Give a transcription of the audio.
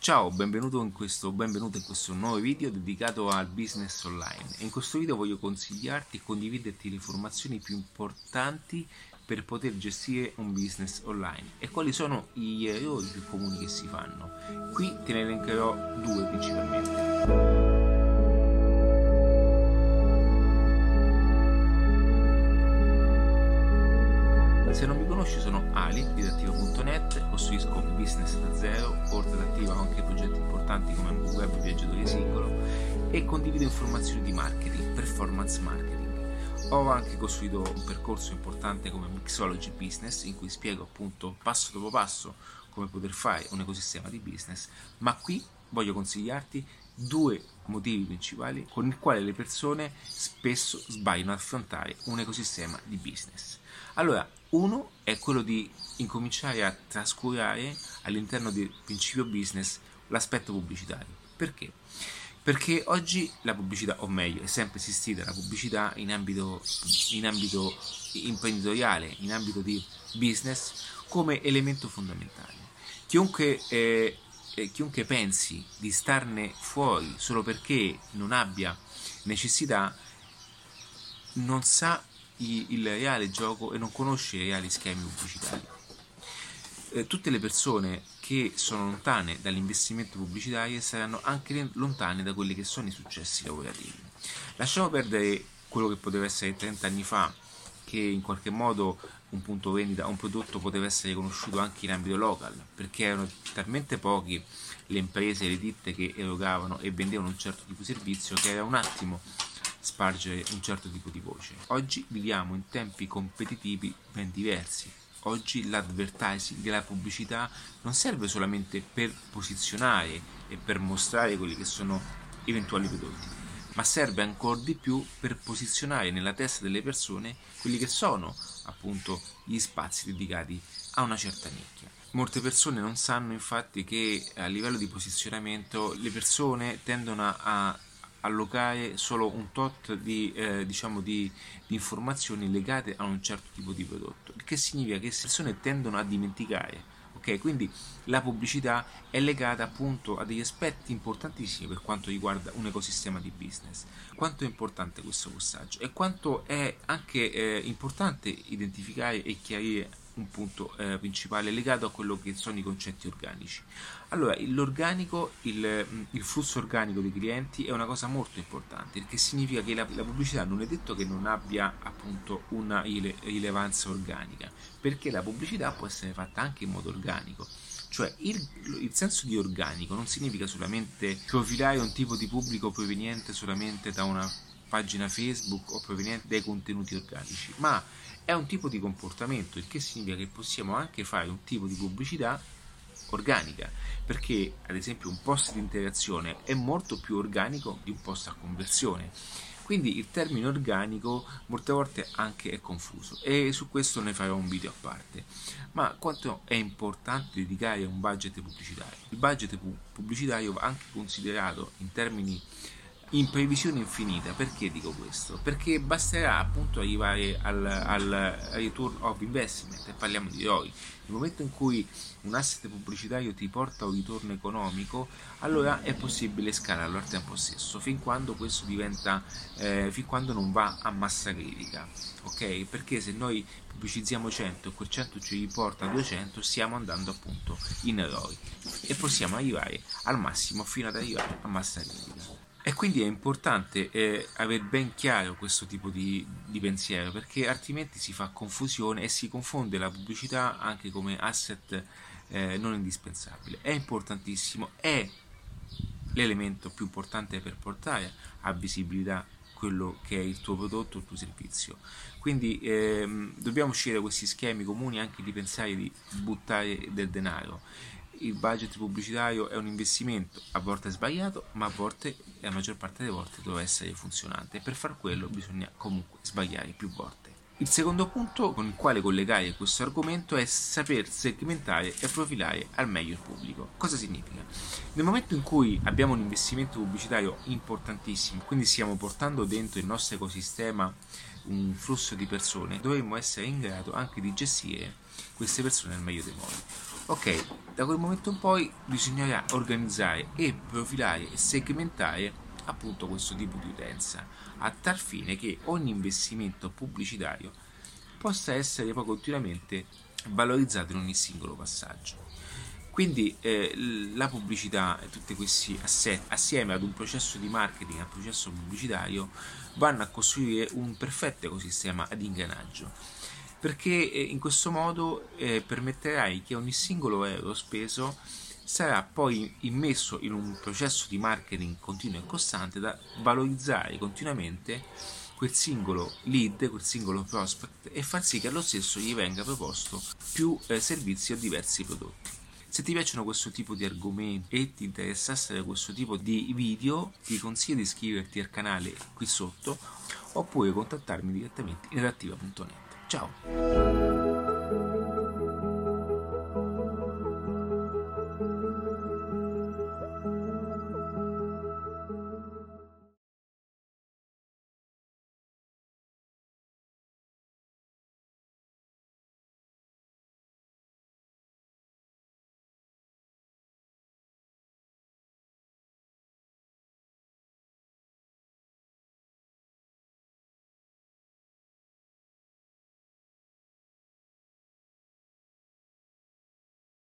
Ciao, benvenuto in questo nuovo video dedicato al business online. E in questo video voglio consigliarti e condividerti le informazioni più importanti per poter gestire un business online e quali sono gli errori più comuni che si fanno. Qui te ne elencherò due principalmente. Se non mi conosci, sono Ali di Adattiva.net, costruisco un business da zero, oltre ad Adattiva ho anche progetti importanti come un web viaggiatore singolo e condivido informazioni di marketing, performance marketing. Ho anche costruito un percorso importante come Mixology Business in cui spiego appunto passo dopo passo come poter fare un ecosistema di business, ma qui voglio consigliarti due motivi principali con il quale le persone spesso sbagliano ad affrontare un ecosistema di business. Allora, uno è quello di incominciare a trascurare all'interno del principio business l'aspetto pubblicitario. Perché? Perché oggi la pubblicità, o meglio, è sempre esistita la pubblicità in ambito imprenditoriale, in ambito di business, come elemento fondamentale. Chiunque pensi di starne fuori solo perché non abbia necessità non sa il reale gioco e non conosce i reali schemi pubblicitari. Tutte le persone che sono lontane dall'investimento pubblicitario saranno anche lontane da quelli che sono i successi lavorativi. Lasciamo perdere quello che poteva essere 30 anni fa, che in qualche modo un punto vendita, un prodotto poteva essere conosciuto anche in ambito local, perché erano talmente pochi le imprese e le ditte che erogavano e vendevano un certo tipo di servizio che era un attimo spargere un certo tipo di voce. Oggi viviamo in tempi competitivi ben diversi. Oggi l'advertising, la pubblicità non serve solamente per posizionare e per mostrare quelli che sono eventuali prodotti, ma serve ancora di più per posizionare nella testa delle persone quelli che sono appunto gli spazi dedicati a una certa nicchia. Molte persone non sanno infatti che a livello di posizionamento le persone tendono a allocare solo un tot di informazioni legate a un certo tipo di prodotto, il che significa che le persone tendono a dimenticare. Ok, quindi la pubblicità è legata appunto a degli aspetti importantissimi per quanto riguarda un ecosistema di business. Quanto è importante questo passaggio e quanto è anche importante identificare e chiarire un punto principale legato a quello che sono i concetti organici. Allora, l'organico, il flusso organico dei clienti è una cosa molto importante, il che significa che la pubblicità non è detto che non abbia appunto una rilevanza organica, perché la pubblicità può essere fatta anche in modo organico. Cioè il senso di organico non significa solamente profilare un tipo di pubblico proveniente solamente da una pagina Facebook o proveniente dai contenuti organici, ma è un tipo di comportamento, il che significa che possiamo anche fare un tipo di pubblicità organica, perché ad esempio un post di interazione è molto più organico di un post a conversione. Quindi il termine organico molte volte anche è confuso e su questo ne farò un video a parte. Ma quanto è importante dedicare un budget pubblicitario? Il budget pubblicitario va anche considerato in termini in previsione infinita. Perché dico questo? Perché basterà appunto arrivare al return of investment, e parliamo di ROI. Nel momento in cui un asset pubblicitario ti porta un ritorno economico, allora è possibile scalarlo al tempo stesso, fin quando questo diventa fin quando non va a massa critica, ok? Perché se noi pubblicizziamo 100 e quel 100 ci riporta 200, stiamo andando appunto in errori e possiamo arrivare al massimo fino ad arrivare a massa critica. E quindi è importante aver ben chiaro questo tipo di pensiero, perché altrimenti si fa confusione e si confonde la pubblicità anche come asset non indispensabile. È importantissimo, è l'elemento più importante per portare a visibilità quello che è il tuo prodotto o il tuo servizio. Quindi dobbiamo uscire da questi schemi comuni anche di pensare di buttare del denaro. Il budget pubblicitario è un investimento a volte è sbagliato, ma a volte, la maggior parte delle volte, deve essere funzionante, e per far quello bisogna comunque sbagliare più volte. Il secondo punto con il quale collegare questo argomento è saper segmentare e profilare al meglio il pubblico. Cosa significa? Nel momento in cui abbiamo un investimento pubblicitario importantissimo, quindi stiamo portando dentro il nostro ecosistema un flusso di persone, dovremmo essere in grado anche di gestire queste persone al meglio dei modi. Ok, da quel momento in poi bisognerà organizzare e profilare e segmentare appunto questo tipo di utenza, a tal fine che ogni investimento pubblicitario possa essere poi continuamente valorizzato in ogni singolo passaggio. Quindi la pubblicità e tutti questi asset assieme ad un processo di marketing, al processo pubblicitario, vanno a costruire un perfetto ecosistema ad ingranaggio, perché in questo modo permetterai che ogni singolo euro speso sarà poi immesso in un processo di marketing continuo e costante da valorizzare continuamente quel singolo lead, quel singolo prospect, e far sì che allo stesso gli venga proposto più servizi o diversi prodotti. Se ti piacciono questo tipo di argomenti e ti interessassero questo tipo di video, ti consiglio di iscriverti al canale qui sotto oppure contattarmi direttamente in redattiva.net. Ciao!